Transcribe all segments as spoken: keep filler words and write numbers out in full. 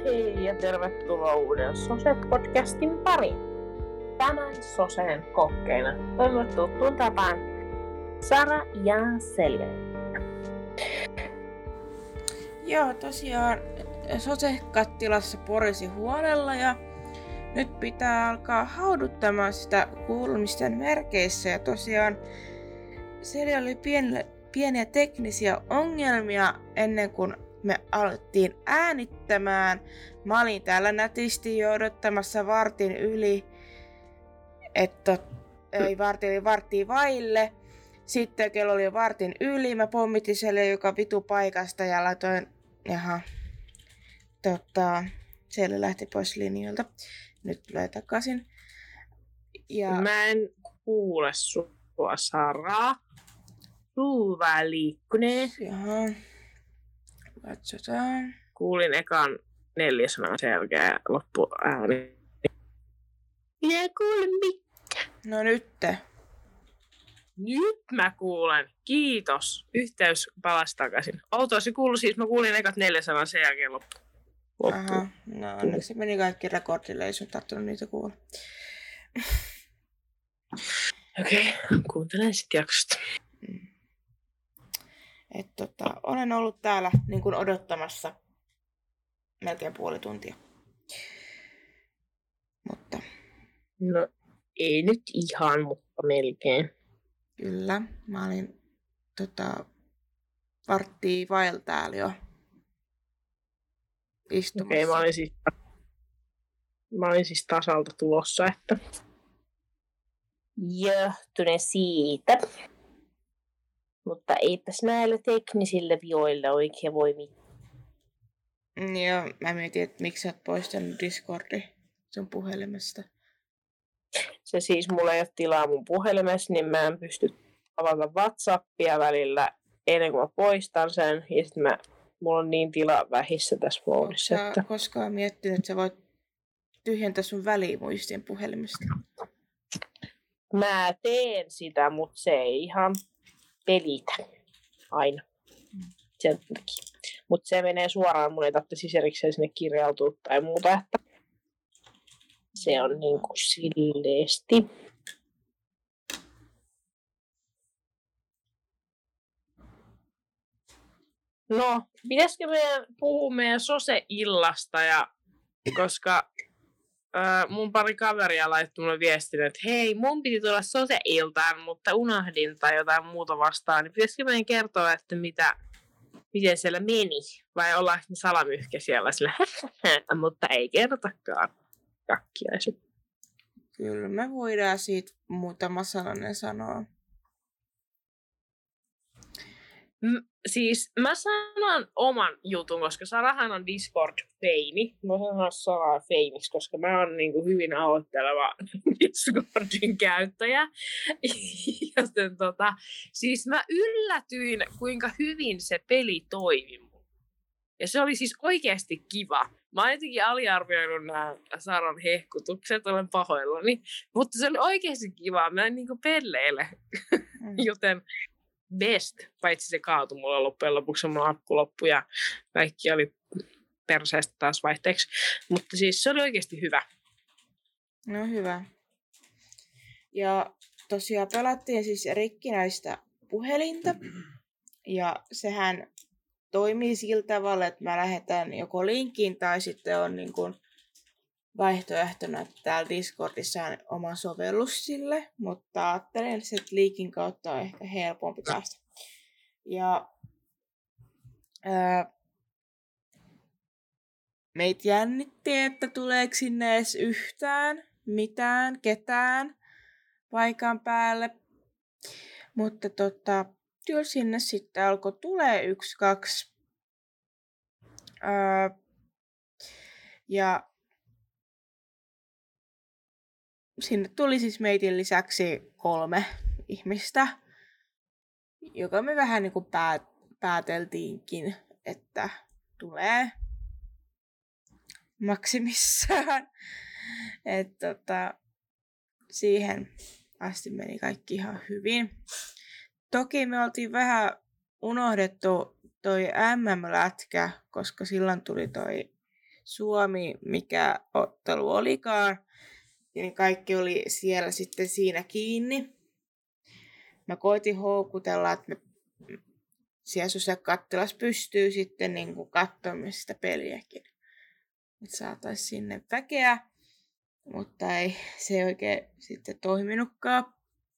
Hei ja tervetuloa uuden Sose-podcastin pariin. Tänään Soseen kokkeina toimme tuttuun tapaan Sara ja Selja. Joo, tosiaan Sose-kattilassa porisi huolella ja nyt pitää alkaa hauduttamaan sitä kuulumisten merkeissä. Ja tosiaan siellä oli pieniä, pieniä teknisiä ongelmia ennen kuin me alettiin äänittämään. Mä olin täällä nätisti jo odottamassa vartin yli, että ei varti oli varttia vaille. Sitten kello oli vartin yli, mä pommitin siellä joka vitu paikasta ja laitoin, jaha, tota, siellä lähti pois linjoilta. Nyt tulee takaisin. Ja... Mä en kuule sua, Sara. Suu vähän liikkunee. Jaha. Katsotaan. Kuulin ekan neljä sanaa selkeä loppuääni. Minä kuulen mitään. No nytte. Nyt mä kuulen. Kiitos. Yhteys palasi takaisin. Outoisi kuulu siis, mä kuulin ekat neljä sanaa sen jälkeen loppu. loppu. Aha, no onneksi meni kaikki rekordille, ei sun tarttunut niitä kuulla. Okei, okay, kuuntelen sit jaksosta. Mm. Et tota, olen ollut täällä niin kuin odottamassa melkein puoli tuntia. Mutta... No ei nyt ihan, mutta melkein. Kyllä, mä olin tota, varttia vailla täällä jo istumassa. Okei, okay, mä olin siis, mä olin siis tasalta tulossa, että johtune siitä. Mutta eipäs näillä teknisillä vioilla oikein voi mitään. Joo, mä mietin, että miksi sä oot poistanut Discordi sun puhelimesta. Se siis mulla ei ole tilaa mun puhelimessa, niin mä en pysty avata WhatsAppia välillä ennen kuin mä poistan sen. Ja sit mä, mulla on niin tila vähissä tässä moodissa. Oletko että... koskaan miettinyt, että sä voit tyhjentää sun välimuistin puhelimesta? Mä teen sitä, mutta se ei ihan pelitä aina. Sen takia. Mutta se menee suoraan, mun ei tarvitse siserikseen sinne kirjautua tai muuta, että se on niinku silleesti. No, pitäisikö meidän puhua meidän Sose-illasta, ja, koska ää, mun pari kaveria laittoi mulle viestin, että hei, mun piti tulla Sose-iltaan, mutta unohdin tai jotain muuta vastaan, niin pitäisikö meidän kertoa, että mitä, miten siellä meni, vai ollaanko me salamyhkä siellä sillä, mutta ei kertotakaan. Kakkiaiset. Kyllä, me voidaan siitä muutama sananen sanoa. M- siis mä sanon oman jutun, koska Sarahan on Discord-feimi. Mä sanon Saraa feimiksi, koska mä oon niinku hyvin aloitteleva Discordin käyttäjä. Joten tota, siis mä yllätyin, kuinka hyvin se peli toimi. Ja se oli siis oikeasti kiva. Mä oon jotenkin aliarvioinut nämä Saran hehkutukset, olen pahoillani. Mutta se oli oikeasti kiva. Mä en niinku pelleile. Mm. Joten best. Paitsi se kaatui mulla loppujen lopuksi, mulla akku loppu ja kaikki oli perseestä taas vaihteeksi. Mutta siis se oli oikeasti hyvä. No hyvä. Ja tosiaan pelattiin siis rikkinäistä puhelinta. Ja sehän toimii sillä tavalla, että mä lähetän joko linkin tai sitten on niin kuin vaihtoehtona, että täällä Discordissa on oma sovellus sille, mutta ajattelen, että linkin kautta on ehkä helpompi päästä. Ja ää, meitä jännitti, että tuleeko sinne edes yhtään, mitään, ketään paikan päälle. Mutta tota, kyllä sinne sitten alkoi tulee yksi, kaksi. Öö, ja sinne tuli siis meitin lisäksi kolme ihmistä, joka me vähän niin kuin päät, pääteltiinkin, että tulee maksimissaan. Että tota, siihen asti meni kaikki ihan hyvin. Toki me oltiin vähän unohdettu toi M M-lätkä, koska silloin tuli toi Suomi, mikä ottelu olikaan. Niin kaikki oli siellä sitten siinä kiinni. Mä koitin houkutella, että me siellä Suse-kattilassa pystyy sitten niin kuin katsomaan sitä peliäkin. Että saataisiin sinne väkeä, mutta ei se ei oikein sitten toiminutkaan.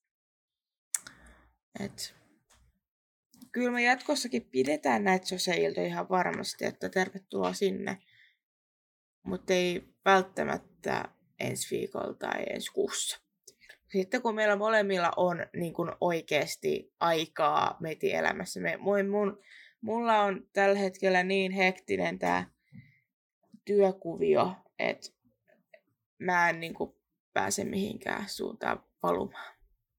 Et kyllä me jatkossakin pidetään näitä Suse-iltoja ihan varmasti, että tervetuloa sinne. Mutta ei välttämättä ensi viikolla tai ensi kuussa. Sitten kun meillä molemmilla on niin kun oikeasti aikaa meidän elämässä. Me, mun, mulla on tällä hetkellä niin hektinen tämä työkuvio, että mä en niin kun pääse mihinkään suuntaan valumaan.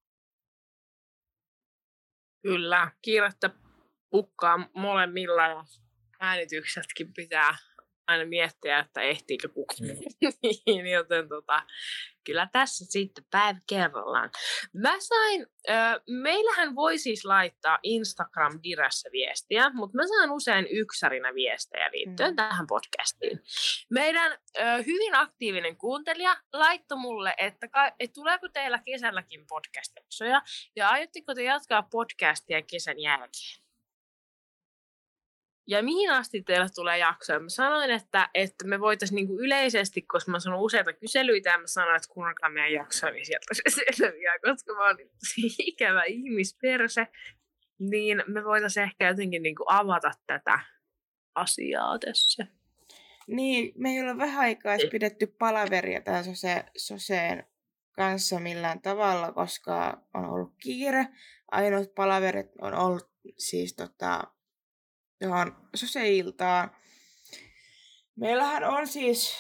Kyllä, kiirettä pukkaa molemmilla ja äänityksetkin pitää aina miettiä, että ehtiikö kukaan. niin, joten tota, kyllä tässä sitten päivä kerrallaan. Mä sain, äh, meillähän voi siis laittaa Instagram-diressä viestiä, mutta mä saan usein yksärinä viestejä liittyen mm. tähän podcastiin. Meidän äh, hyvin aktiivinen kuuntelija laittoi mulle, että, ka- että tuleeko teillä kesälläkin podcast-jaksoja ja aiotteko te jatkaa podcastia kesän jälkeen? Ja mihin asti teillä tulee jaksoja? Mä sanoin, että, että me voitaisiin niinku yleisesti, koska mä sanon useita kyselyitä ja mä sanoin, että kuunnelkaa meidän jaksoa, niin sieltä se selviää, koska mä oon ikävä ihmisperse, niin me voitaisiin ehkä jotenkin niinku avata tätä asiaa tässä. Niin, me ei ole vähän aikaa pidetty palaveria tämän sose, Soseen kanssa millään tavalla, koska on ollut kiire. Ainoat palaverit on ollut siis tota... johon Sose-iltaan. Meillähän on siis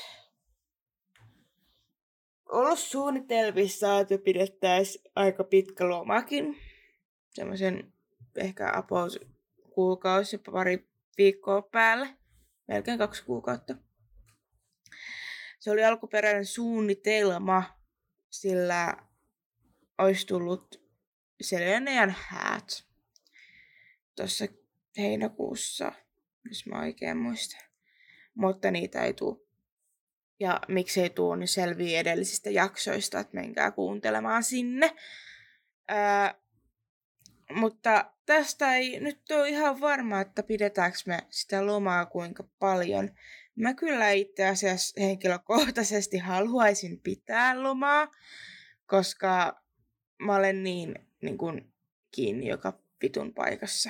ollut suunnitelmissa, että pidettäisiin aika pitkä lomakin. Semmoisen ehkä about kuukausi, pari viikkoa päälle. Melkein kaksi kuukautta. Se oli alkuperäinen suunnitelma, sillä olisi tullut Selenian häät tuossa heinäkuussa, jos mä oikein muistan. Mutta niitä ei tule. Ja miksi ei tule, niin selvii edellisistä jaksoista, että menkää kuuntelemaan sinne. Ää, mutta tästä ei nyt ole ihan varma, että pidetäänkö me sitä lomaa kuinka paljon. Mä kyllä itse asiassa henkilökohtaisesti haluaisin pitää lomaa, koska mä olen niin, niin kuin kiinni joka vitun paikassa.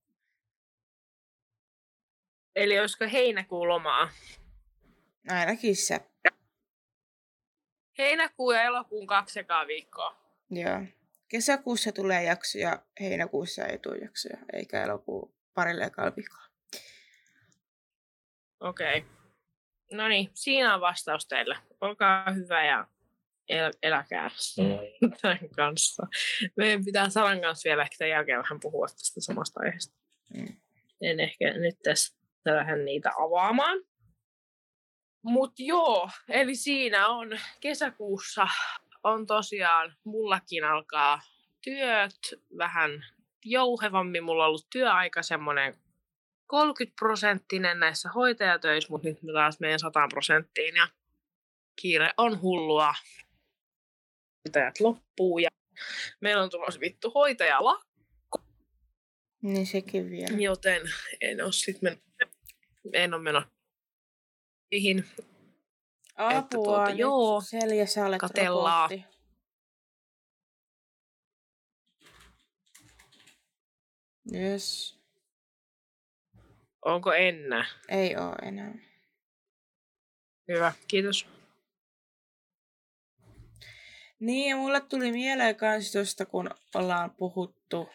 Eli olisiko heinäkuun lomaa? Ainakin se. Heinäkuu ja elokuun kaksi ekaa viikkoa. Joo. Kesäkuussa tulee jaksoja, heinäkuussa ei tule jaksoja, eikä elokuun parille ekalla viikolla. Okei. Okay. No niin, siinä on vastaus teille. Olkaa hyvä ja el- eläkää tämän kanssa. Meidän pitää Saran kanssa vielä ehkä tämän jälkeen vähän puhua tästä samasta aiheesta. Mm. En ehkä nyt tässä lähden niitä avaamaan. Mut joo, eli siinä on kesäkuussa on tosiaan, mullakin alkaa työt vähän jouhevammin. Mulla on ollut työaika semmoinen kolmekymmentä prosenttinen näissä hoitajatöissä, mutta nyt me taas meidän sata prosenttiin ja kiire on hullua. Hoitajat loppuu ja meillä on tulossa vittu hoitajalakko. Niin sekin vielä. Joten en oo sit men... en oo menossa mihin. Apua, tuota, nyt joo, Selja, sä olet katellaan. Robotti. Yes. Onko enää? Ei oo enää. Hyvä, kiitos. Niin, ja mulle tuli mieleen kans tosta, kun ollaan puhuttu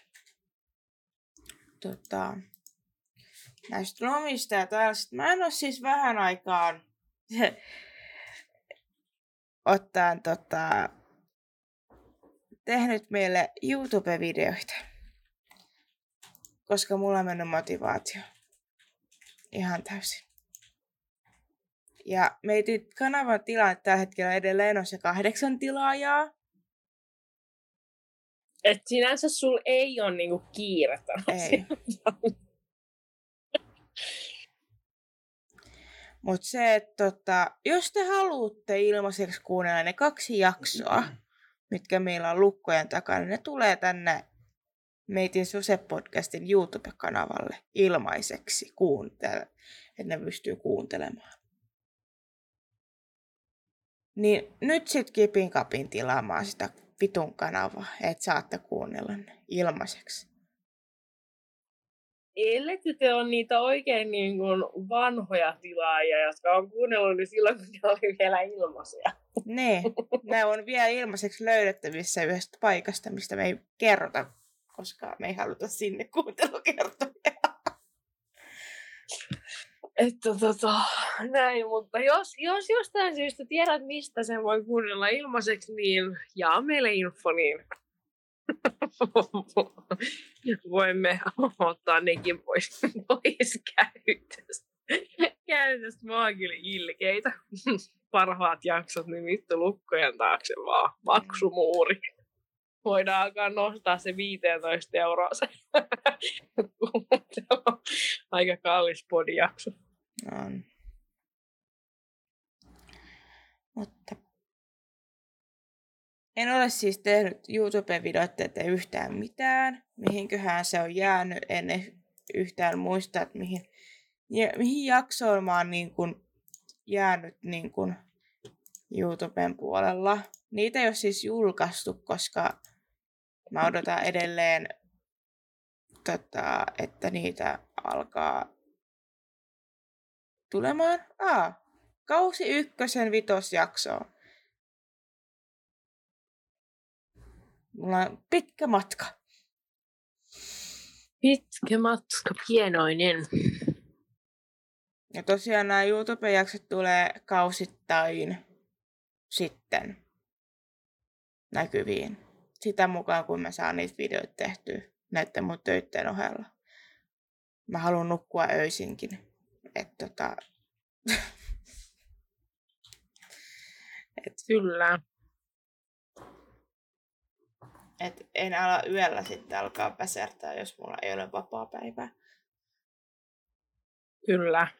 tota, näistä lomista ja tällaista. Mä en oo siis vähän aikaan ottaen tota, tehnyt meille YouTube-videoita, koska mulla on mennyt motivaatio ihan täysin. Ja meidän kanavan tilanne tällä hetkellä edelleen on se kahdeksan tilaajaa. Et sinänsä sul ei ole niinku kiirettä. Ei. Mutta se, että tota, jos te haluatte ilmaiseksi kuunnella ne kaksi jaksoa, mitkä meillä on lukkojen takana, ne tulee tänne Meitin Suse-podcastin YouTube-kanavalle ilmaiseksi, kuuntele, että ne pystyy kuuntelemaan. Niin nyt sit kipin kapin tilaamaan sitä vitun kanavaa, että saatte kuunnella ne ilmaiseksi. Ellei te on niitä oikein niin kuin vanhoja tilaajia, jotka on kuunnellut niin silloin, kun ne oli vielä ilmaisia. Ne, ne on vielä ilmaiseksi löydettävissä yhdestä paikasta, mistä me ei kerrota, koska me ei haluta sinne kuuntelukertoja. Että tota, näin, mutta jos, jos jostain syystä tiedät, mistä sen voi kuunnella ilmaiseksi, niin jaa meille info, niin voimme ottaa nekin pois, pois käytöstä. Käytöstä mä oon kyllä ilkeitä. Parhaat jaksot, niin vittu lukkojen taakse vaan maksumuuri. Voidaan alkaa nostaa se viisitoista euroa se. Aika kallis podijakso. On. Mutta en ole siis tehnyt YouTube-videoita eteen yhtään mitään. Mihinköhän se on jäänyt, en yhtään muista, että mihin, ja, mihin jaksoon mä oon niin kun jäänyt niin kun YouTuben puolella. Niitä ei ole siis julkaistu, koska mä odotan edelleen, tota, että niitä alkaa tulemaan. Aa, kausi ykkösen vitosjaksoon. Mulla on pitkä matka. Pitkä matka, pienoinen. Ja tosiaan nämä YouTube-jaksot tulee kausittain sitten näkyviin. Sitä mukaan, kun mä saan niitä videoita tehtyä näiden mun töitten ohella. Mä haluan nukkua öisinkin. Et tota... Et kyllä. Et en ala yöllä sitten alkaa väsertää, jos mulla ei ole vapaapäivää. Kyllä.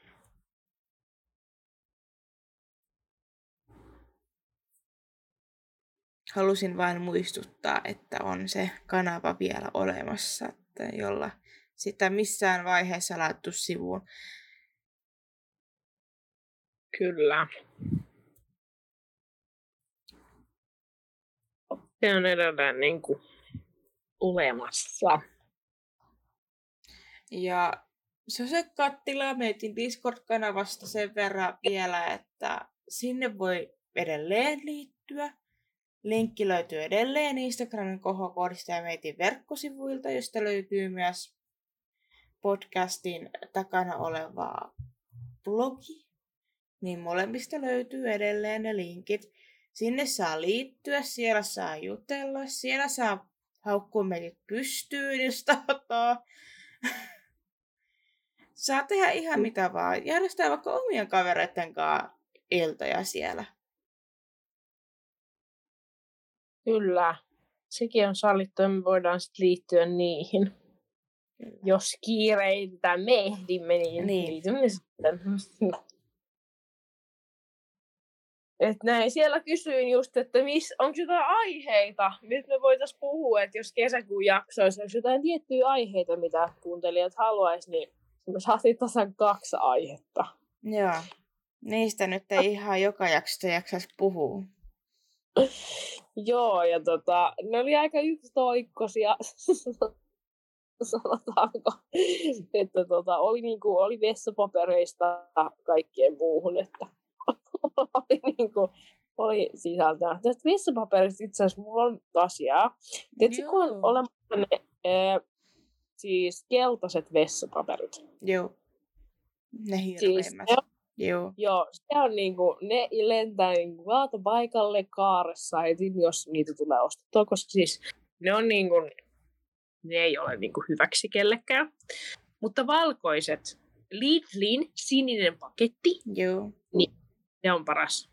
Halusin vain muistuttaa, että on se kanava vielä olemassa, että jolla sitä missään vaiheessa laittu sivuun. Kyllä. Se on edelleen niin kuin olemassa. Ja Sose-kattila meitin Discord-kanavasta sen verran vielä, että sinne voi edelleen liittyä. Linkki löytyy edelleen Instagramin kohokohdista ja meitin verkkosivuilta, josta löytyy myös podcastin takana oleva blogi. Niin molemmista löytyy edelleen ne linkit. Sinne saa liittyä, siellä saa jutella, siellä saa haukkua meidät pystyyn, jos tahtoo. Saa tehdä ihan mitä vaan. Järjestää vaikka omien kavereiden kanssa iltoja siellä. Kyllä. Sekin on sallittu ja me voidaan sitten liittyä niihin. Kyllä. Jos kiireitä me ehdimme, niin, niin. liitymme sitten. Et näin, siellä kysyin just, että miss, onko jotain aiheita, nyt me voitaisiin puhua, että jos kesäkuun jaksoissa olisi jotain tiettyjä aiheita, mitä kuuntelijat haluaisi, niin me saatiin tasan kaksi aihetta. Joo, niistä nyt ei ihan joka jaksosta jaksaisi puhua. Joo, ja tota, ne oli aika yksitoikkoisia, sanotaanko, että tota, oli, niinku, oli vessapapereista kaikkeen muuhun, että oli, niinku, oli sisältöä. Tästä vessapaperista itse asiassa mulla on asiaa. Tiedätkö, kun on olemassa ne äh, siis keltaiset vessapaperit? Joo, ne hirveimmät. Siis Joo. Joo, se on niinku, ne lentää niinku kaatopaikalle kaaressa, jos niitä tulee ostettua, koska siis ne on niinku, ne ei ole niinku hyväksi kellekään. Mutta valkoiset, Lidlin sininen paketti, Joo. Niin ne on paras.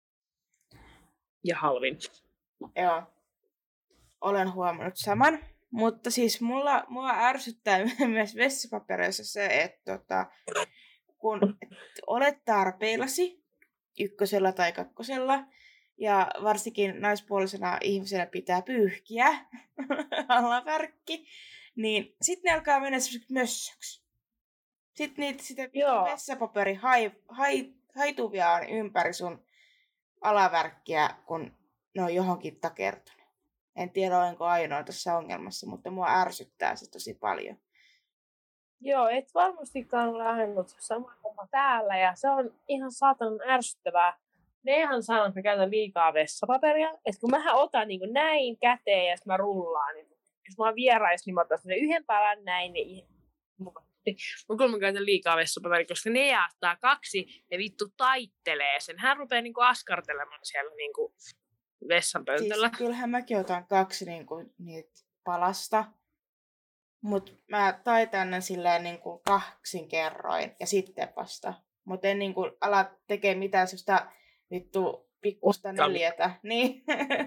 Ja halvin. Joo. Olen huomannut saman. Mutta siis mulla, mulla ärsyttää myös vessapapereissa se, että tota, kun olet tarpeillasi ykkösellä tai kakkosella, ja varsinkin naispuolisena ihmisenä pitää pyyhkiä alavärkki, niin sitten ne alkaa mennä semmoiseksi mössöksi. Sitten niitä sitä vessapaperi hai, hai, haituvia on ympäri sun alavärkkiä, kun ne on johonkin takertunut. En tiedä, olenko ainoa tässä ongelmassa, mutta mua ärsyttää se tosi paljon. Joo, et varmastikaan lähennyt sama homma täällä, ja se on ihan saatanan ärsyttävää. Ne ihan sanoo, että mä käytän liikaa vessapaperia, että kun mähän otan niin kuin näin käteen ja sitten mä rullaan, niin jos mä oon vierais, niin mä otan sen yhden palan näin, niin mutta kun mä käytän liikaa vessapaperia, koska ne jaattaa kaksi, ne vittu taittelee sen. Hän rupeaa niin kuin askartelemaan siellä niin kuin vessanpöntöllä. Siis kyllähän mäkin otan kaksi niin kuin niitä palasta, mutta mä taitan ne silleen niin kuin kaksin kerroin ja sitten vasta. Mutta en niin kuin ala tekee mitään sellaista vittu pikkusta neljätä. Niin.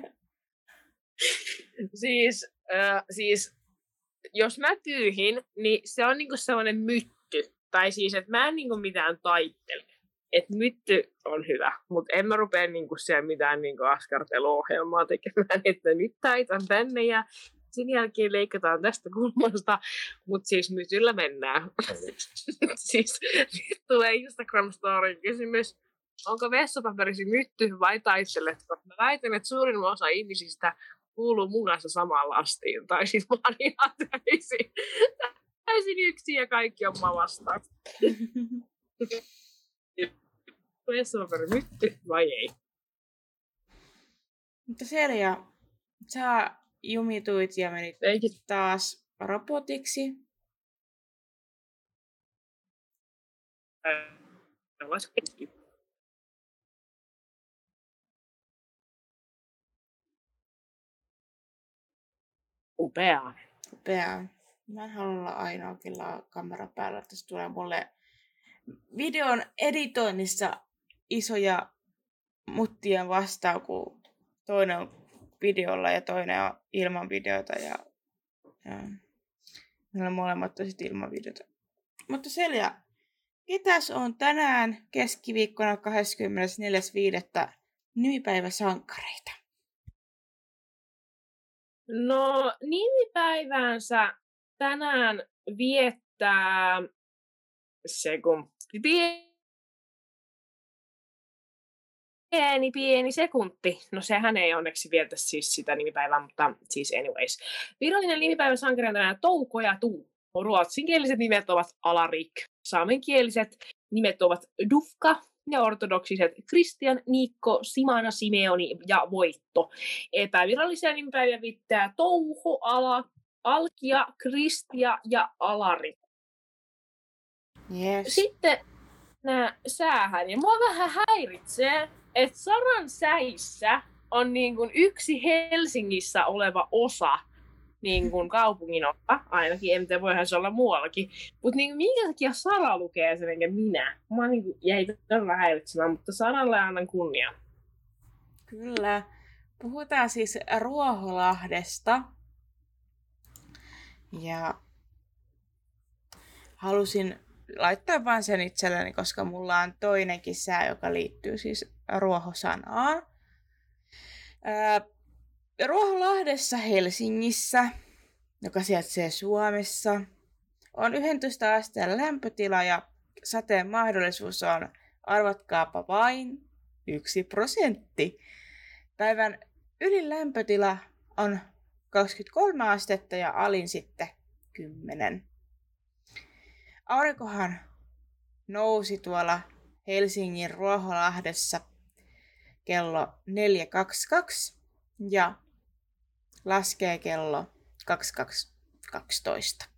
siis, äh, siis, jos mä pyyhin, niin se on niinku sellainen mytty. Tai siis, että mä en niinku mitään taittele. Että mytty on hyvä, mutta en mä rupea niinku siellä mitään niinku askarteluohjelmaa tekemään, että nyt taitan tänne ja sen jälkeen leikataan tästä kulmasta, mutta siis mytyllä mennään. Siis nyt tulee Instagram-storyn kysymys, onko vessapaperisi mytty vai taitteletko? Mä väitän, että suurin osa ihmisistä kuuluu mun kanssa samaan lastiin, tai siis mä oon ihan täysin, täysin yksin ja kaikki on mä vastaan. Vessapaperi mytty vai ei? Mutta Selja, sä jumituit ja menit Eikin. taas robotiksi. Ää, Upeaa. Upeaa. Mä en halua olla ainoa, kellä kamera päällä. Tässä tulee mulle videon editoinnissa isoja muttien vastaan, kun toinen on videolla ja toinen on ilman videota. Ja, ja meillä on molemmat tosit ilman videota. Mutta Selja, ketäs on tänään keskiviikkona kahdeskymmenesneljäs viidettä nimipäiväsankareita? No, nimipäiväänsä tänään viettää se, kun pieni, pieni sekunti. No sehän ei onneksi vietä siis sitä nimipäivää, mutta siis anyways. Virallinen nimipäiväsankari on tänään Touko ja Tuu. Ruotsinkieliset nimet ovat Alarik. Saamenkieliset nimet ovat Dufka. Ja ortodoksiset Kristian, Niikko, Simana, Simeoni ja Voitto. Epävirallisia nimipäiviä vittää Touho, Ala, Alkia, Kristia ja Alari. Yes. Sitten nämä säähän. Ja mua vähän häiritsee, että Saran säissä on niin kuin yksi Helsingissä oleva osa niin kuin kaupungin osa, ainakin, en tiedä, voihan se olla muuallakin. Mutta niin minkä takia Sara lukee sen, enkä minä? Mä niin kuin jäi todella häiritsemään, mutta Saralle annan kunnia. Kyllä. Puhutaan siis Ruoholahdesta. Ja halusin laittaa vain sen itselleni, koska mulla on toinenkin sää, joka liittyy siis ruohosanaan. Ää, Ruoholahdessa Helsingissä, joka sijaitsee Suomessa, on yksitoista asteen lämpötila ja sateen mahdollisuus on, arvatkaapa vain, yksi prosentti. Päivän ylin lämpötila on kaksikymmentäkolme astetta ja alin sitten kymmenen. Aurinkohan nousi tuolla Helsingin Ruoholahdessa kello neljä kaksikymmentäkaksi ja laskee kello kaksikymmentäkaksi kaksitoista.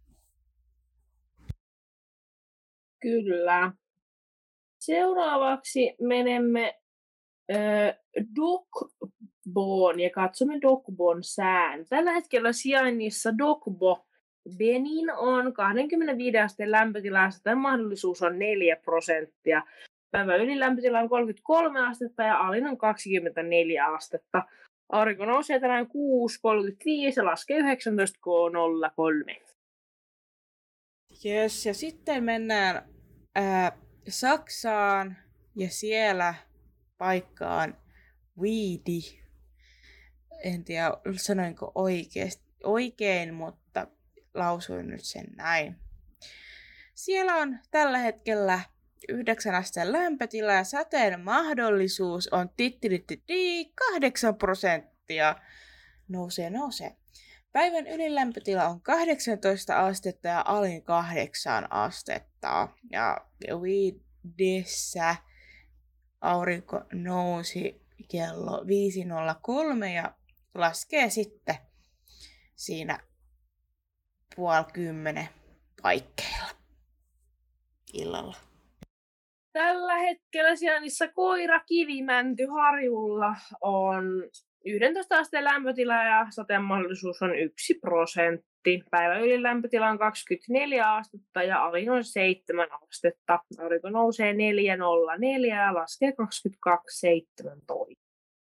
Kyllä. Seuraavaksi menemme äh, Dokboon ja katsomme Dokbon sään. Tällä hetkellä sijainnissa Dokbo Benin on kaksikymmentäviisi asteen lämpötilassa. Tämän mahdollisuus on neljä prosenttia. Päivän ylilämpötila on kolmekymmentäkolme astetta ja alin on kaksikymmentäneljä astetta. Aurinko nousee tänään kuusi kolmekymmentäviisi ja laskee yhdeksäntoista nolla kolme. Yes, ja sitten mennään ää, Saksaan ja siellä paikkaan Weedi. En tiedä, sanoinko oikeasti, oikein, mutta lausuin nyt sen näin. Siellä on tällä hetkellä yhdeksän asteen lämpötila ja sateen mahdollisuus on tittirittidi kahdeksan prosenttia. Nousee, nousee. Päivän ylilämpötila on kahdeksantoista astetta ja alin kahdeksan astetta. Ja Weedissä aurinko nousi kello viisi nolla kolme ja laskee sitten siinä puoli kymmenen paikkeilla illalla. Tällä hetkellä sijainnissa koira Kivimäntyharjulla on yksitoista asteen lämpötila ja sateen mahdollisuus on yksi prosentti. Päivän ylilämpötila on kaksikymmentäneljä astetta ja alin on seitsemän astetta. Aurinko nousee neljä nolla neljä ja laskee kaksikymmentäkaksi seitsemäntoista.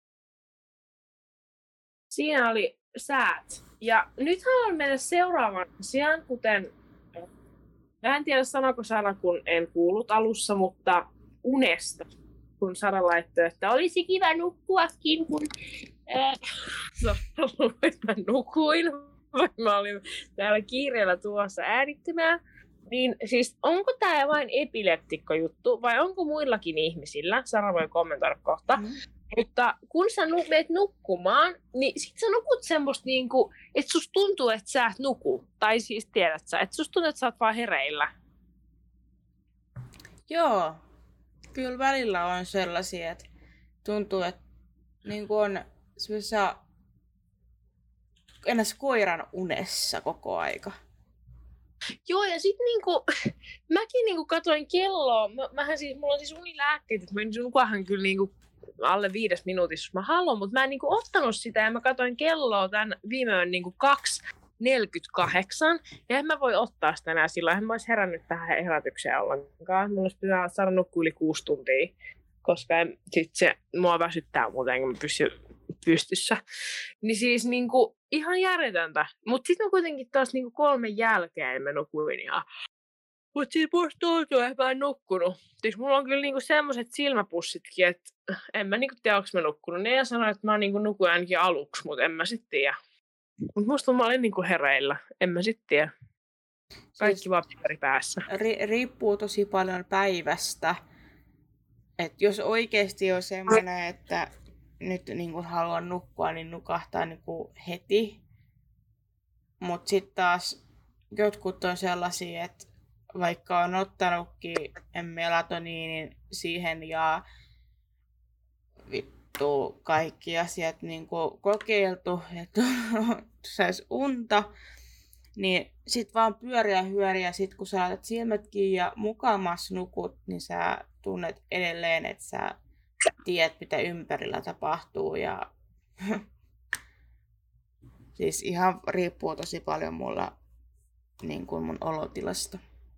Siinä oli säät. Ja nyt haluan mennä seuraavan asiaan, kuten mä en tiedä sanoiko Sara, kun en kuullut alussa, mutta unesta. Kun Sara laittoi, että olisi kiva nukkuakin, kun ää, mä nukuin, vaikka mä olin täällä kiireellä tuossa äänittämään. Niin siis onko tää vain epileptikko-juttu vai onko muillakin ihmisillä? Sara voi kommentoida kohta. Mm. Mutta kun sä nu- meet nukkumaan, niin sit sä nukut semmoista niinku, että susta tuntuu, että sä et nuku. Tai siis tiedät sä, että susta tuntuu, että sä oot vaan hereillä. Joo. Kyllä välillä on sellaisia, että tuntuu, että niinku on semmoisessa ennäs koiran unessa koko aika. Joo, ja sit niinku, mäkin niinku katoin kelloa. Mä, mähän siis, mulla on siis unilääkkeet, että mä nukahan kyllä niinku alle viides minuutissa, jos mä haluan, mutta mä en niinku ottanut sitä ja mä katsoin kelloa tämän viime yön niinku kaksi neljäkymmentäkahdeksan ja en mä voi ottaa sitä enää silloin, en mä olisi herännyt tähän herätykseen ollenkaan. Mulla olisi pitää saada nukkua yli kuusi tuntia, koska en, sit se mua väsyttää muuten, kun mä pysyn pystyssä. Niin siis niinku ihan järjetöntä, mutta sitten mä kuitenkin taas niinku kolmen jälkeen mä nukuin ihan. Mutta siis musta tuntuu, että mä en nukkunut. Siis mulla on kyllä niinku semmoset silmäpussitkin, että en mä niinku tiedä, onko mä nukkunut. Ne ja sanoi, että mä niinku nukuin ainakin aluksi, mutta en mä sit tiedä. Mut musta mä olin niinku hereillä. En mä sit tiedä. Kaikki siis vaan pyöri päässä. Ri- riippuu tosi paljon päivästä. Et jos oikeesti on semmoinen, että nyt niinku haluan nukkua, niin nukahtaa niinku heti. Mut sit taas jotkut on sellaisia, että vaikka on ottanutkin melatoniinin siihen ja vittu kaikki asiat niin kuin kokeiltu, että saisi unta, niin sit vaan pyöriä hyöriä, sit kun sä laitat silmät kiinni ja mukamas nukut, niin sä tunnet edelleen, että sä tiedät, mitä ympärillä tapahtuu. Ja siis ihan riippuu tosi paljon mulla niin kuin mun olotilasta.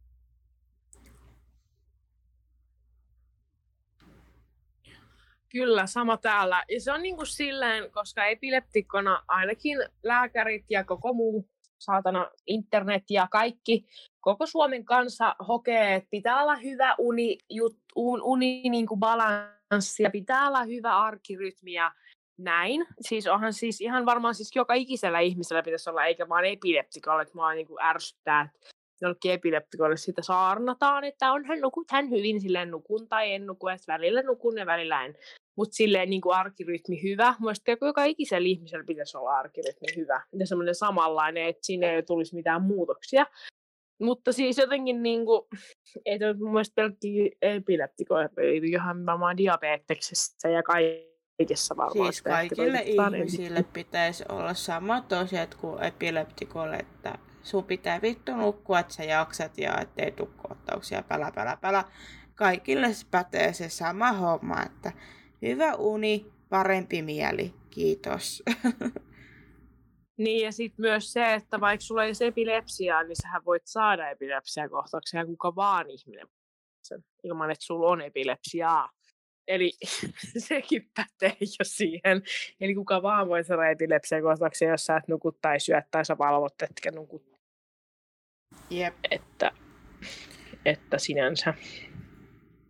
Kyllä, sama täällä. Ja se on niin kuin silleen, koska epileptikkona ainakin lääkärit ja koko muu saatana internet ja kaikki, koko Suomen kansa hokee, että pitää olla hyvä uni, jut, un, uni niin kuin balanssi ja pitää olla hyvä arkirytmi ja näin. Siis onhan siis ihan varmaan siis joka ikisellä ihmisellä pitäisi olla, eikä vaan epileptikolle, että mua niin kuin ärsyttää, että jollekin epileptikolle sitä saarnataan, että onhan nukut hän hyvin, silleen nukun tai en nuku, että välillä nukun ja välillä en. Mutta silleen niin kuin arkirytmi hyvä. Mielestäni joka ikisellä ihmisellä pitäisi olla arkirytmi hyvä. Ja semmoinen samanlainen, että siinä ei tulisi mitään muutoksia. Mutta siis jotenkin niin kuin, ei ole mun mielestä pelkkiä epileptikoja, johon varmaan diabeteksessä ja kaikessa varmaan. Siis kaikille ihmisille pitäisi olla samat asiat kuin epileptikolle, että sun pitää vittu nukkua, että sä jaksat ja ettei tule kohtauksia, pälä, pälä, pälä. Kaikille pätee se sama homma, että hyvä uni, parempi mieli, kiitos. Niin ja sitten myös se, että vaikka sulla ei ole epilepsiaa, niin sähän voit saada epilepsiakohtauksia ja kuka vaan ihminen ilman, että sulla on epilepsiaa. Eli sekin pätee jo siihen. Eli kuka vaan voi saada epilepsiakohtauksia, jos sä et nuku tai syöt tai sä valvot, etkä nukut. Jep. Että, että sinänsä.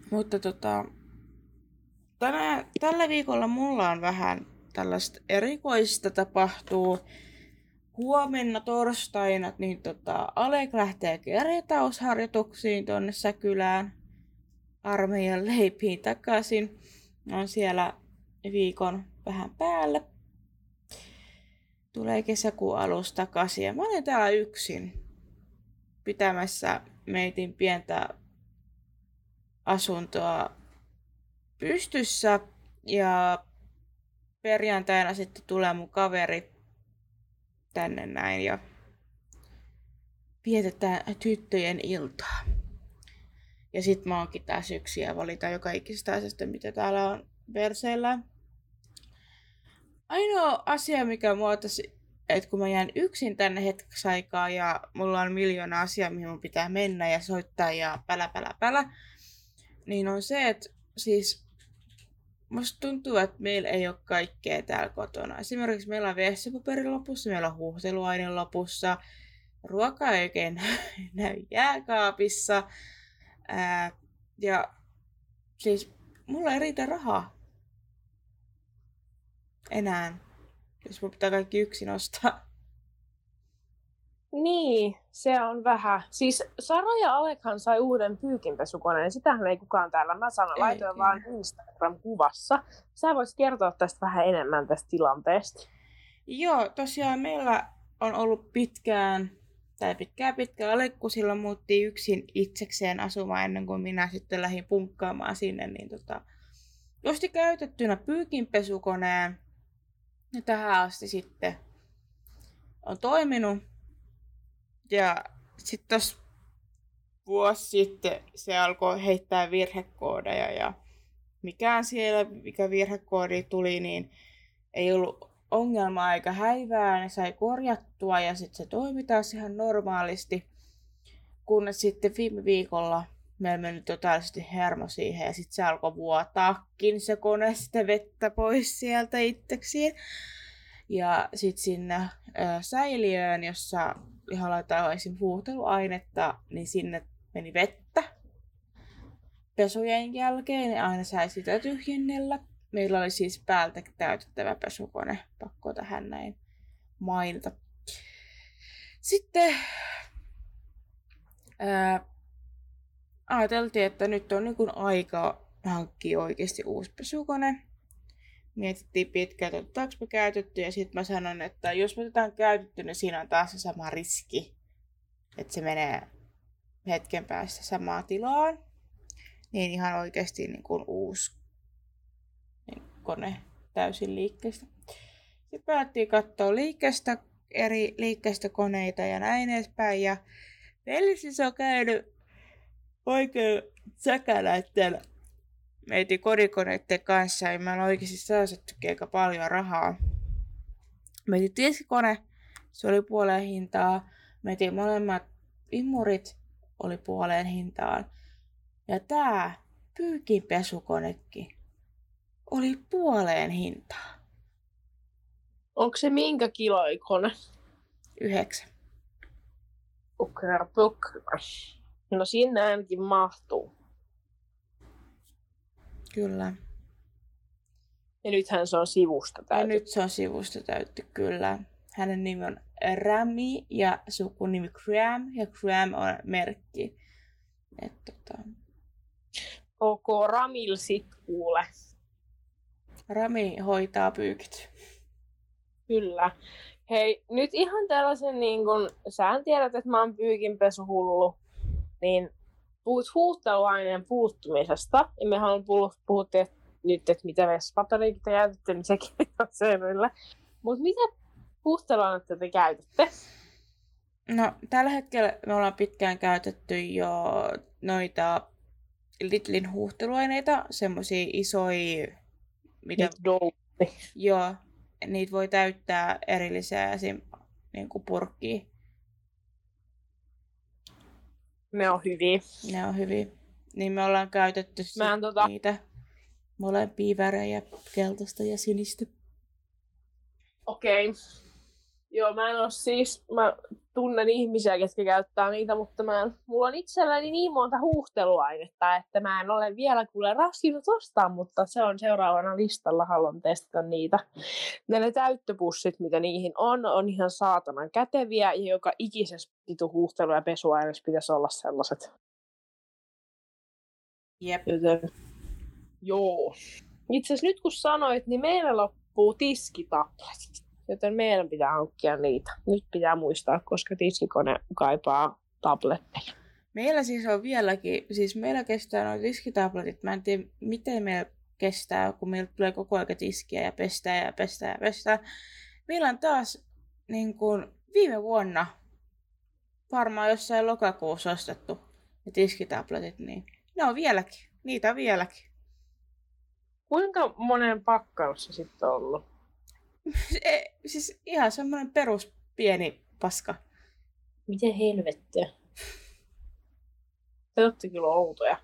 Mutta tota, tänä, tällä viikolla mulla on vähän tällaista erikoista tapahtuu. Huomenna torstaina niin tota, Alek lähtee kertausharjoituksiin tuonne Säkylään armeijan leipiin takaisin. On siellä viikon vähän päälle. Tulee kesäkuun alusta takaisin ja mä olen täällä yksin pitämässä meitin pientä asuntoa pystyssä ja perjantaina sitten tulee mun kaveri tänne näin ja vietetään tyttöjen iltaa. Ja sit mä oonkin taas yksin ja valitaan joka ikistä asiasta, mitä täällä on verseillä. Ainoa asia, mikä muotosi, että kun mä jään yksin tänne hetkeksi aikaa ja mulla on miljoona asiaa, mihin mun pitää mennä ja soittaa ja pälä pälä pälä, niin on se, että siis musta tuntuu, että meillä ei ole kaikkea täällä kotona. Esimerkiksi meillä on vessapaperi lopussa, meillä on huuhteluaine lopussa, ruoka ei oikein näy jääkaapissa. Ää, ja siis mulla ei riitä rahaa enää, jos mun pitää kaikki yksin ostaa. Niin, se on vähän. Siis Sara ja Alekhan sai uuden pyykinpesukoneen. Sitähän ei kukaan täällä. Mä sanon, laitoin vaan Instagram-kuvassa. Sä voisit kertoa tästä vähän enemmän tästä tilanteesta. Joo, tosiaan meillä on ollut pitkään, tai pitkään pitkään Alek, kun silloin muutti yksin itsekseen asumaan ennen kuin minä sitten lähdin punkkaamaan sinne, niin tota, osti käytettynä pyykinpesukoneen. Ja tähän asti sitten on toiminut. Ja sitten tuossa vuosi sitten se alkoi heittää virhekoodeja ja mikään siellä, mikä virhekoodi tuli, niin ei ollut ongelmaa eikä häivää. Ne sai korjattua ja sitten se toimi taas ihan normaalisti. Kunnes sitten viime viikolla meillä meni totaalisesti hermo siihen ja sitten se alkoi vuotaakin se kone sitä vettä pois sieltä itseksiin. Ja sitten sinne äh, säiliöön, jossa ihan laitetaan esim. Huuhteluainetta, niin sinne meni vettä pesujen jälkeen ja aina sai sitä tyhjennellä. Meillä oli siis päältä täytettävä pesukone, pakko tähän näin mainita. Sitten ää, ajateltiin, että nyt on niin kuin aika hankkia oikeasti uusi pesukone. Mietittiin pitkään, että otetaanko me käytetty, ja sitten mä sanon, että jos me otetaan käytetty, niin siinä on taas se sama riski, että se menee hetken päästä samaan tilaan. Niin ihan oikeasti niin kuin uusi niin kone täysin liikkeestä. Sitten päätettiin katsoa liikkeestä, eri liikkeestä koneita ja näin edespäin. Ja Velsi se on käynyt oikein säkä näiden meidän kodikoneiden kanssa, ja me on oikeasti säästettykin aika paljon rahaa. Meidän tieskikone, se oli puoleen hintaa. Meidän molemmat imurit oli puoleen hintaan. Ja tää pyykinpesukonekin oli puoleen hintaa. Onko se minkä kiloikone? Yhdeksän. Ukra, pukra. No sinne ainakin mahtuu. Kyllä. Ja nythän se on sivusta täytetty. Ja nyt se on sivusta täytetty, kyllä. Hänen nimi on Rami ja sukunimi Cram, ja Cram on merkki. Et, tota... Ok, Ramil sit kuule. Rami hoitaa pyykit. Kyllä. Hei, nyt ihan tällaisen niin kun, sähän tiedät, että mä oon pyykinpesuhullu, niin puhut huuhteluaineen puuttumisesta, ja me haluan puhua nyt, että mitä vessapaperiin te käytätte, niin sekin on selvillä. Mutta mitä huuhteluainetta te käytätte? No, tällä hetkellä me ollaan pitkään käytetty jo noita Lidlin huuhteluaineita, semmosia isoja, mitä... Joo, niitä voi täyttää erillisiä esim. Niin kuin purkkiä. Ne on hyviä. Ne on hyviä. Niin me ollaan käytetty tota... niitä molempia värejä, keltaista ja sinistä. Okei. Okay. Joo, mä en oo siis, mä tunnen ihmisiä, ketkä käyttää niitä, mutta mä en, mulla on itselläni niin monta huuhteluainetta, että mä en ole vielä kuule raskinut ostaa, mutta se on seuraavana listalla, haluan testata niitä. Ja ne täyttöpussit, mitä niihin on, on ihan saatanan käteviä, ja joka ikisessä pitu huuhtelu- ja pesuaineessa pitäisi olla sellaiset. Jep. Joten, joo. Itse asiassa nyt kun sanoit, niin meillä loppuu tiskitabletit. Joten meidän pitää hankkia niitä. Nyt pitää muistaa, koska tiskikone kaipaa tabletteja. Meillä siis on vieläkin, siis meillä kestää nuo tiskitabletit. Mä en tiedä, miten meillä kestää, kun meillä tulee koko ajan tiskiä ja pestää ja pestää ja pestää. Meillä on taas niin kuin viime vuonna, varmaan jossain lokakuussa ostettu ne tiskitabletit, niin ne on vieläkin. Niitä on vieläkin. Kuinka monen pakkaus se sitten on ollut? E, siis ihan semmoinen perus pieni paska. Miten helvettiä? Te olette kyllä outoja.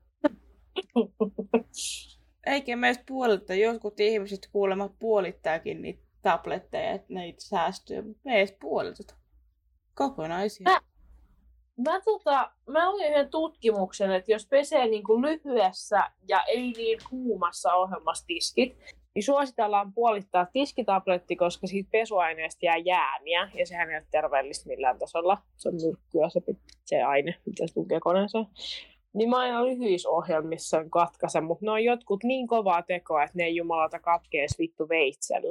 Eikä me edes puolittaa. Jotkut ihmiset kuulemma puolittaakin niitä tabletteja, että niitä säästyy, mutta me ei edes puoliteta. Kokonaisia. Mä, mä, tota, mä olin yhden tutkimuksen, että jos pesee niin kuin lyhyessä ja ei niin kuumassa ohjelmassa tiskit, niin suositellaan puolittaa tiskitabletti, koska siitä pesuaineesta jää jäämiä, ja sehän ei ole terveellistä millään tasolla. Se on myrkkyä se, se aine, mitä se tunkee koneeseen. Niin mä aina lyhyissä ohjelmissa katkaisen, mutta ne on jotkut niin kovaa tekoa, että ne ei jumalata katkees vittu veitsellä.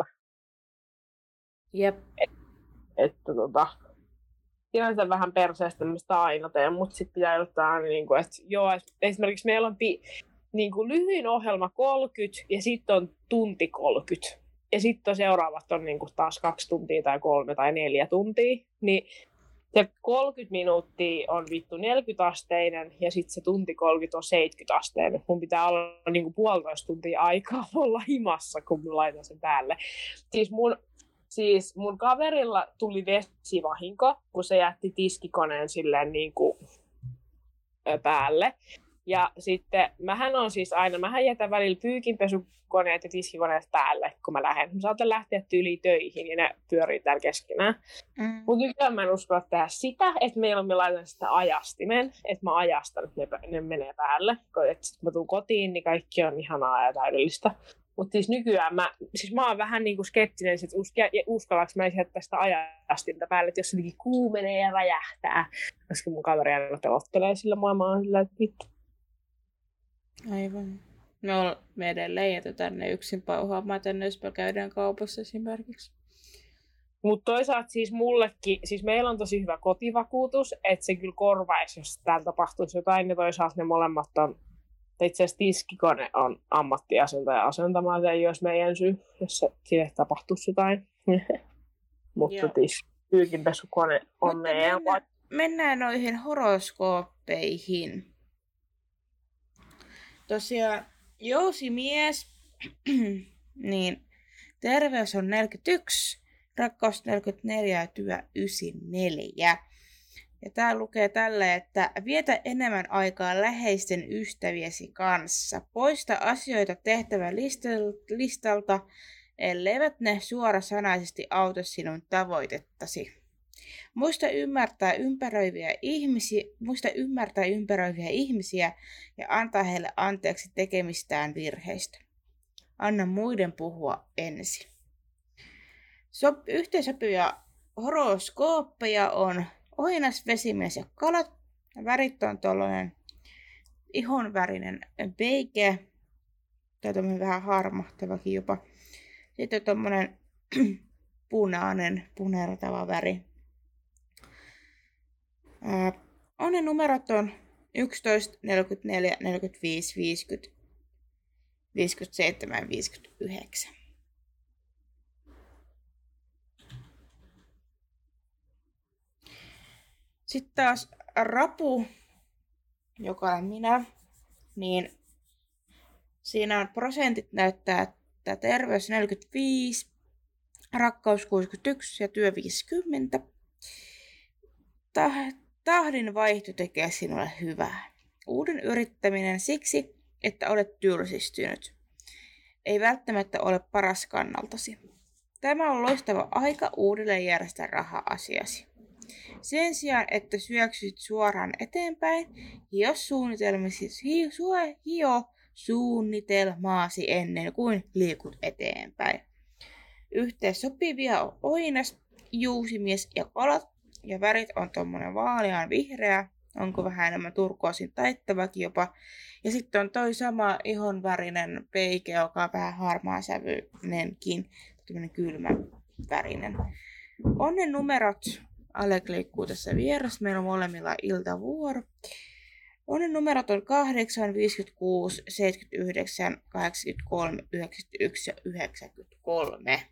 Jep. Et, että tota... Sinänsä vähän perseestä, mistä aina teen, mutta sitten pitää jotain aina, niin kuin, että joo, esimerkiksi meillä on pi, niin kuin lyhyin ohjelma kolmekymmentä ja sitten on tunti kolmekymmentä. Ja sitten seuraavat on niin kuin taas kaksi tuntia tai kolme tai neljä tuntia. Niin se kolmekymmentä minuuttia on vittu neljäkymmentä-asteinen ja sitten se tunti kolmekymmentä on seitsemänkymmentä-asteinen. Mun pitää olla niin kuin puolitoista tuntia aikaa olla himassa, kun mä laitan sen päälle. Siis mun... Siis mun kaverilla tuli vesivahinko, kun se jätti tiskikoneen silleen niin kuin päälle. Ja sitten mähän on siis aina, mähän jätän välillä pyykinpesukoneet ja tiskikoneet päälle, kun mä lähden. Mä saatan lähteä tyyliin töihin ja ne pyörii täällä keskenään. Mm. Mutta nykyään mä en uskalla tehdä sitä, että meillä on, me laitan sitä ajastimen, että mä ajastan, että ne, ne menee päälle. Että sit mä tuun kotiin, niin kaikki on ihanaa ja täydellistä. Mutta siis nykyään mä, siis mä oon vähän niinku skeptinen, että us, uskallanko mä jättää sitä ajastinta päälle, että jos se jotenkin kuumenee ja räjähtää. Koska mun kaveri aina pelottelee sillä maailmaa sillä, että vittu. Aivan. No me edelleen jätetään ne yksin pauhaamaan tänne, jos me käydään kaupassa esimerkiksi. Mutta toisaalta siis mullekin, siis meillä on tosi hyvä kotivakuutus, että se kyllä korvaisi, jos täällä tapahtuisi jotain, ja toisaalta ne molemmat on. Itse asiassa tiskikone on ammattiasentaja asentamaan, se ei olisi meidän syy, jos sille tapahtuisi jotain. Mutta pyykinpesukone on Mutta meidän. Mennään, mennään noihin horoskooppeihin. Tosiaan jousimies, niin terveys on neljäkymmentäyksi, rakkaus neljäkymmentäneljä ja työ yhdeksänkymmentäneljä. Ja tää lukee tälle, että vietä enemmän aikaa läheisten ystäviesi kanssa. Poista asioita tehtävän listalta, elleivät ne suorasanaisesti auta sinun tavoitettasi. Muista ymmärtää ympäröiviä ihmisiä, muista ymmärtää ympäröiviä ihmisiä ja antaa heille anteeksi tekemistään virheistä. Anna muiden puhua ensin. Sop- yhteensopivia horoskooppeja on ohinas, vesimies ja kalat. Värit on tuollainen ihonvärinen beige. Tai tommonen vähän harmahtavakin jopa. Sitten tommonen punainen, punertava väri. Ää, onnen numerot on yksitoista, neljäkymmentäneljä, neljäkymmentäviisi, viisikymmentä, viisikymmentäseitsemän ja viisikymmentäyhdeksän. Sitten taas rapu, joka olen minä, niin siinä on prosentit näyttää, että terveys neljäkymmentäviisi, rakkaus kuusikymmentäyksi ja työ viisikymmentä. Tahdin vaihto tekee sinulle hyvää. Uuden yrittäminen siksi, että olet tylsistynyt. Ei välttämättä ole paras kannaltasi. Tämä on loistava aika uudelleen järjestää raha-asiasi. Sen sijaan, että syöksyt suoraan eteenpäin, hio suunnitelmasi, hio suunnitelmaasi ennen kuin liikut eteenpäin. Yhteensopivia on oinas, juusimies ja kalat, ja värit on tommonen vaalean vihreä, onko vähän enemmän turkoosin taittavakin jopa. Ja sitten on toi sama ihonvärinen peike, joka on vähän harmaasävyinenkin, tämmönen kylmä värinen. Onnen numerot, Alek liikkuu tässä vieressä, meillä on molemmilla iltavuoro. Onnen numerot on kahdeksan, viisikymmentäkuusi, seitsemänkymmentäyhdeksän, kahdeksankymmentäkolme, yhdeksänkymmentäyksi ja yhdeksänkymmentäkolme.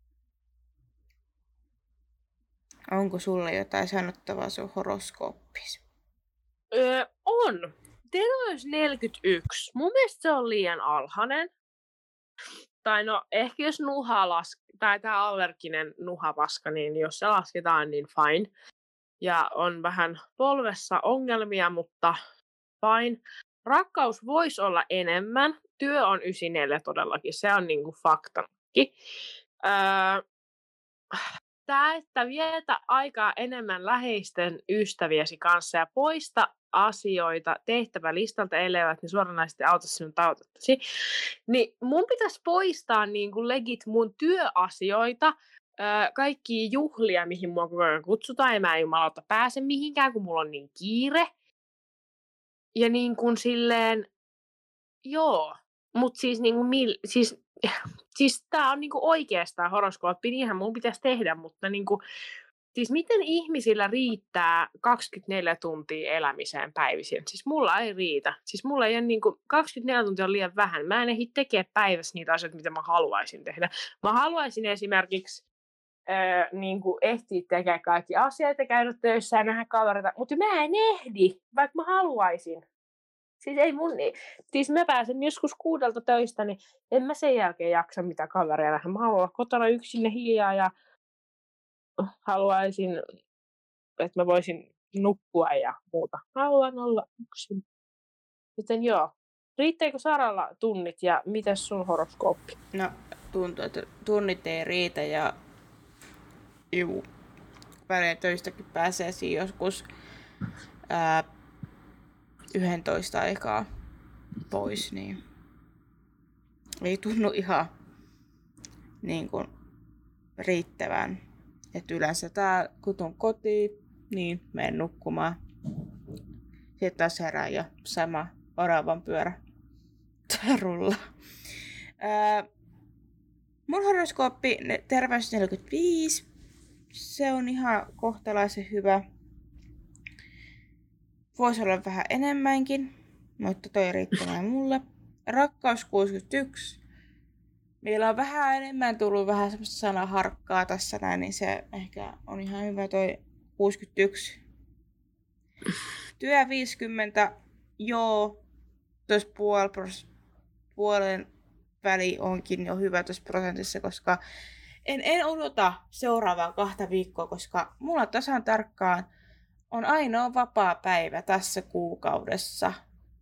Onko sulle jotain sanottavaa sun horoskooppisi? Öö, on. Teillä olisi neljäkymmentäyksi. Mun mielestä se on liian alhainen. Tai no, ehkä jos nuha las... tai tää allerginen nuhavaska, niin jos se lasketaan, niin fine. Ja on vähän polvessa ongelmia, mutta fine. Rakkaus voisi olla enemmän. Työ on yhdeksänkymmentäneljä todellakin. Se on niinku faktakin. Öö, Tää, että vietä aikaa enemmän läheisten ystäviesi kanssa ja poista asioita tehtävälistalta, elleivät niin suoranaisesti auta sinun tavoitettasi, niin mun pitäisi poistaa niin kuin legit mun työasioita, kaikkia juhlia, mihin mua koko ajan kutsutaan, ja mä en jumalauta pääse mihinkään, kun mulla on niin kiire. Ja niin kuin silleen, joo, mut siis niin kuin, mil, siis, siis tää on niin kuin oikeastaan horoskooppi, niinhän mun pitäisi tehdä, mutta niin kuin, siis miten ihmisillä riittää kaksikymmentäneljä tuntia elämiseen päivisin? Siis mulla ei riitä. Siis mulla ei ole niin kuin, kaksikymmentäneljä tuntia on liian vähän. Mä en ehdi tekemään päivässä niitä asioita, mitä mä haluaisin tehdä. Mä haluaisin esimerkiksi äh, niin kuin ehtiä tekemään kaikki asioita, käydä töissä ja nähdä kavereita, mutta mä en ehdi, vaikka mä haluaisin. Siis ei mun, siis mä pääsen joskus kuudelta töistä, niin en mä sen jälkeen jaksa mitä kavereja nähdä. Mä haluan olla kotona yksin ja hiljaa ja haluaisin, että mä voisin nukkua ja muuta. Haluan olla yksin. Joten joo. Riittääkö Saralla tunnit ja mitäs sun horoskooppi? No, tuntuu, että tunnit ei riitä ja juu, välillä töistäkin pääsee siinä joskus ää, yhdentoista aikaa pois, niin ei tunnu ihan niin kuin riittävän. Et yleensä tää, kun tuun kotiin, niin menen nukkumaan. Sitten taas herään ja sama oravan pyörä rulla. Ää, mun horoskooppi terveys neljäkymmentäviisi. Se on ihan kohtalaisen hyvä. Voisi olla vähän enemmänkin, mutta toi riittää mulle. Rakkaus kuusikymmentäyksi. Meillä on vähän enemmän tullut vähän semmoista sanaharkkaa tässä näin, niin se ehkä on ihan hyvä toi kuusikymmentäyksi. Työ viisikymmentä, joo, tuossa puol- puolen väli onkin jo hyvä tuossa prosentissa, koska en, en odota seuraavaa kahta viikkoa, koska mulla tasan tarkkaan on ainoa vapaa päivä tässä kuukaudessa.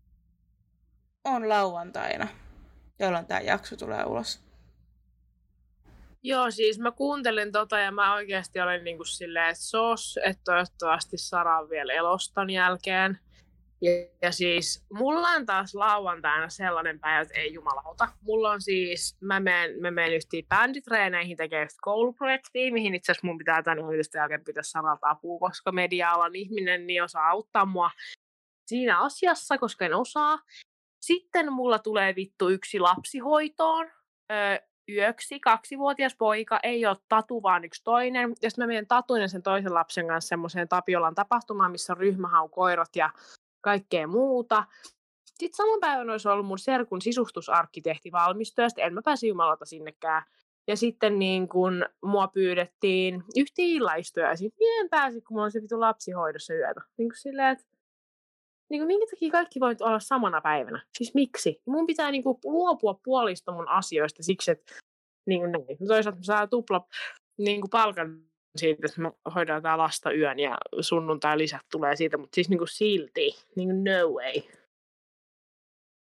On lauantaina, jolloin tää jakso tulee ulos. Joo, siis mä kuuntelin tota ja mä oikeasti olen niinku silleen, että sos, että toivottavasti Sara on vielä eloston jälkeen. Ja, ja siis mulla on taas lauantaina sellainen päivä, että ei jumalauta. Mulla on siis, mä menen, mä menen yhtiin bänditreeneihin tekemään kouluprojektia, mihin itse asiassa mun pitää tänne ohjelmista jälkeen pitäisi Saralta apua, koska media-alan ihminen niin osaa auttaa mua siinä asiassa, koska en osaa. Sitten mulla tulee vittu yksi lapsihoitoon. Öö, yöksi, kaksivuotias poika, ei ole tatu, vaan yksi toinen. Ja sitten mä menen tatuinen sen toisen lapsen kanssa semmoiseen Tapiolan tapahtumaan, missä on ryhmähaukoirat ja kaikkea muuta. Sitten saman päivän olisi ollut mun serkun sisustusarkkitehti valmistua, ja en mä pääse jumalata sinnekään. Ja sitten niin kun mua pyydettiin yhtiin illaistuja, ja sitten en pääse, kun mulla on se vitu lapsihoidossa yötä. Niin kuin silleen, että niin kuin minkä takia kaikki voi olla samana päivänä? Siis miksi? Mun pitää niin kuin luopua puolista mun asioista siksi, että niin kuin näin. Toisaalta mä saan tupla niin kuin palkan siitä, että me hoidaan tää lasta yön ja sunnuntai lisät tulee siitä, mutta siis niin kuin silti, niin kuin no way.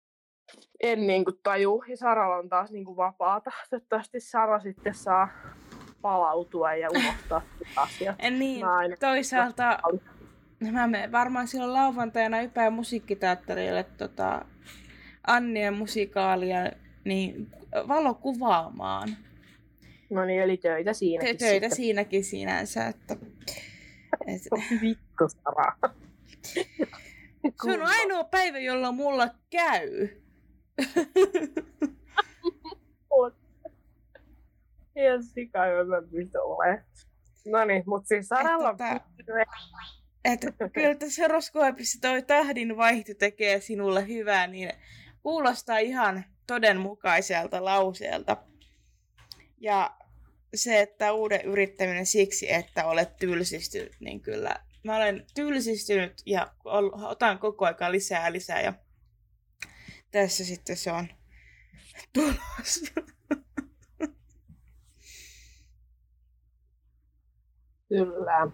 En niin kuin taju. Ja Saralla on taas niin kuin vapaata. Toivottavasti Sara sitten saa palautua ja unohtaa asiat. Niin, toisaalta mä menen varmaan silloin lauantaina Ypää musiikkiteatterille tota, Annien musikaalia niin valokuvaamaan. No niin, eli töitä siinäkin. Töitä sitten. Siinäkin sinänsä. Että, et... Vittu, Sara. Se on ainoa päivä, jolloin mulla käy. Ihan sika, jos mä pystyn olemaan. Noniin, mut siis Saralla... Että, että kyllä tässä horoskoopissa toi tahdin vaihto tekee sinulle hyvää, niin kuulostaa ihan todenmukaiselta lauseelta. Ja se, että uuden yrittäminen siksi, että olet tylsistynyt, niin kyllä mä olen tylsistynyt ja otan koko ajan lisää ja lisää. Ja tässä sitten se on tulos. Kyllä.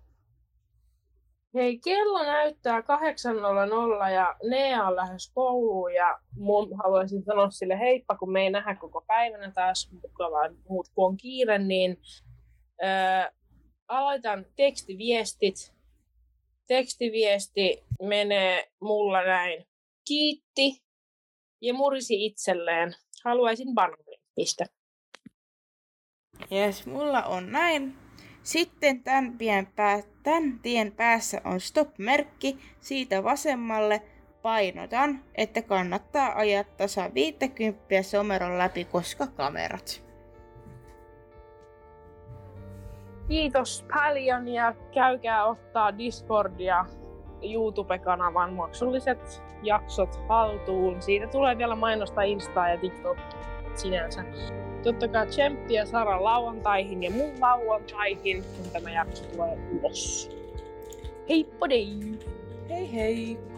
Hei, kello näyttää kahdeksan nolla nolla ja Nea on lähes kouluun ja mun haluaisin sanoa sille heippa, kun me ei nähdä koko päivänä taas mukavaa, muut kun on kiire, niin ää, aloitan tekstiviestit. Tekstiviesti menee mulla näin. Kiitti ja murisi itselleen. Haluaisin banaanin. Pistä. Jes, mulla on näin. Sitten tämän tien, pää, tämän tien päässä on stop-merkki, siitä vasemmalle painotan, että kannattaa ajaa tasa viisikymmentä someron läpi, koska kamerat. Kiitos paljon ja käykää ottaa Discord ja YouTube-kanavan maksulliset jaksot haltuun. Siitä tulee vielä mainosta Instaa ja TikTok sinänsä. Totta kai tsemppiä Saran lauantaihin ja mun lauantaihin, kun tämä jakso tulee ulos. Heippa dei! Hei hei!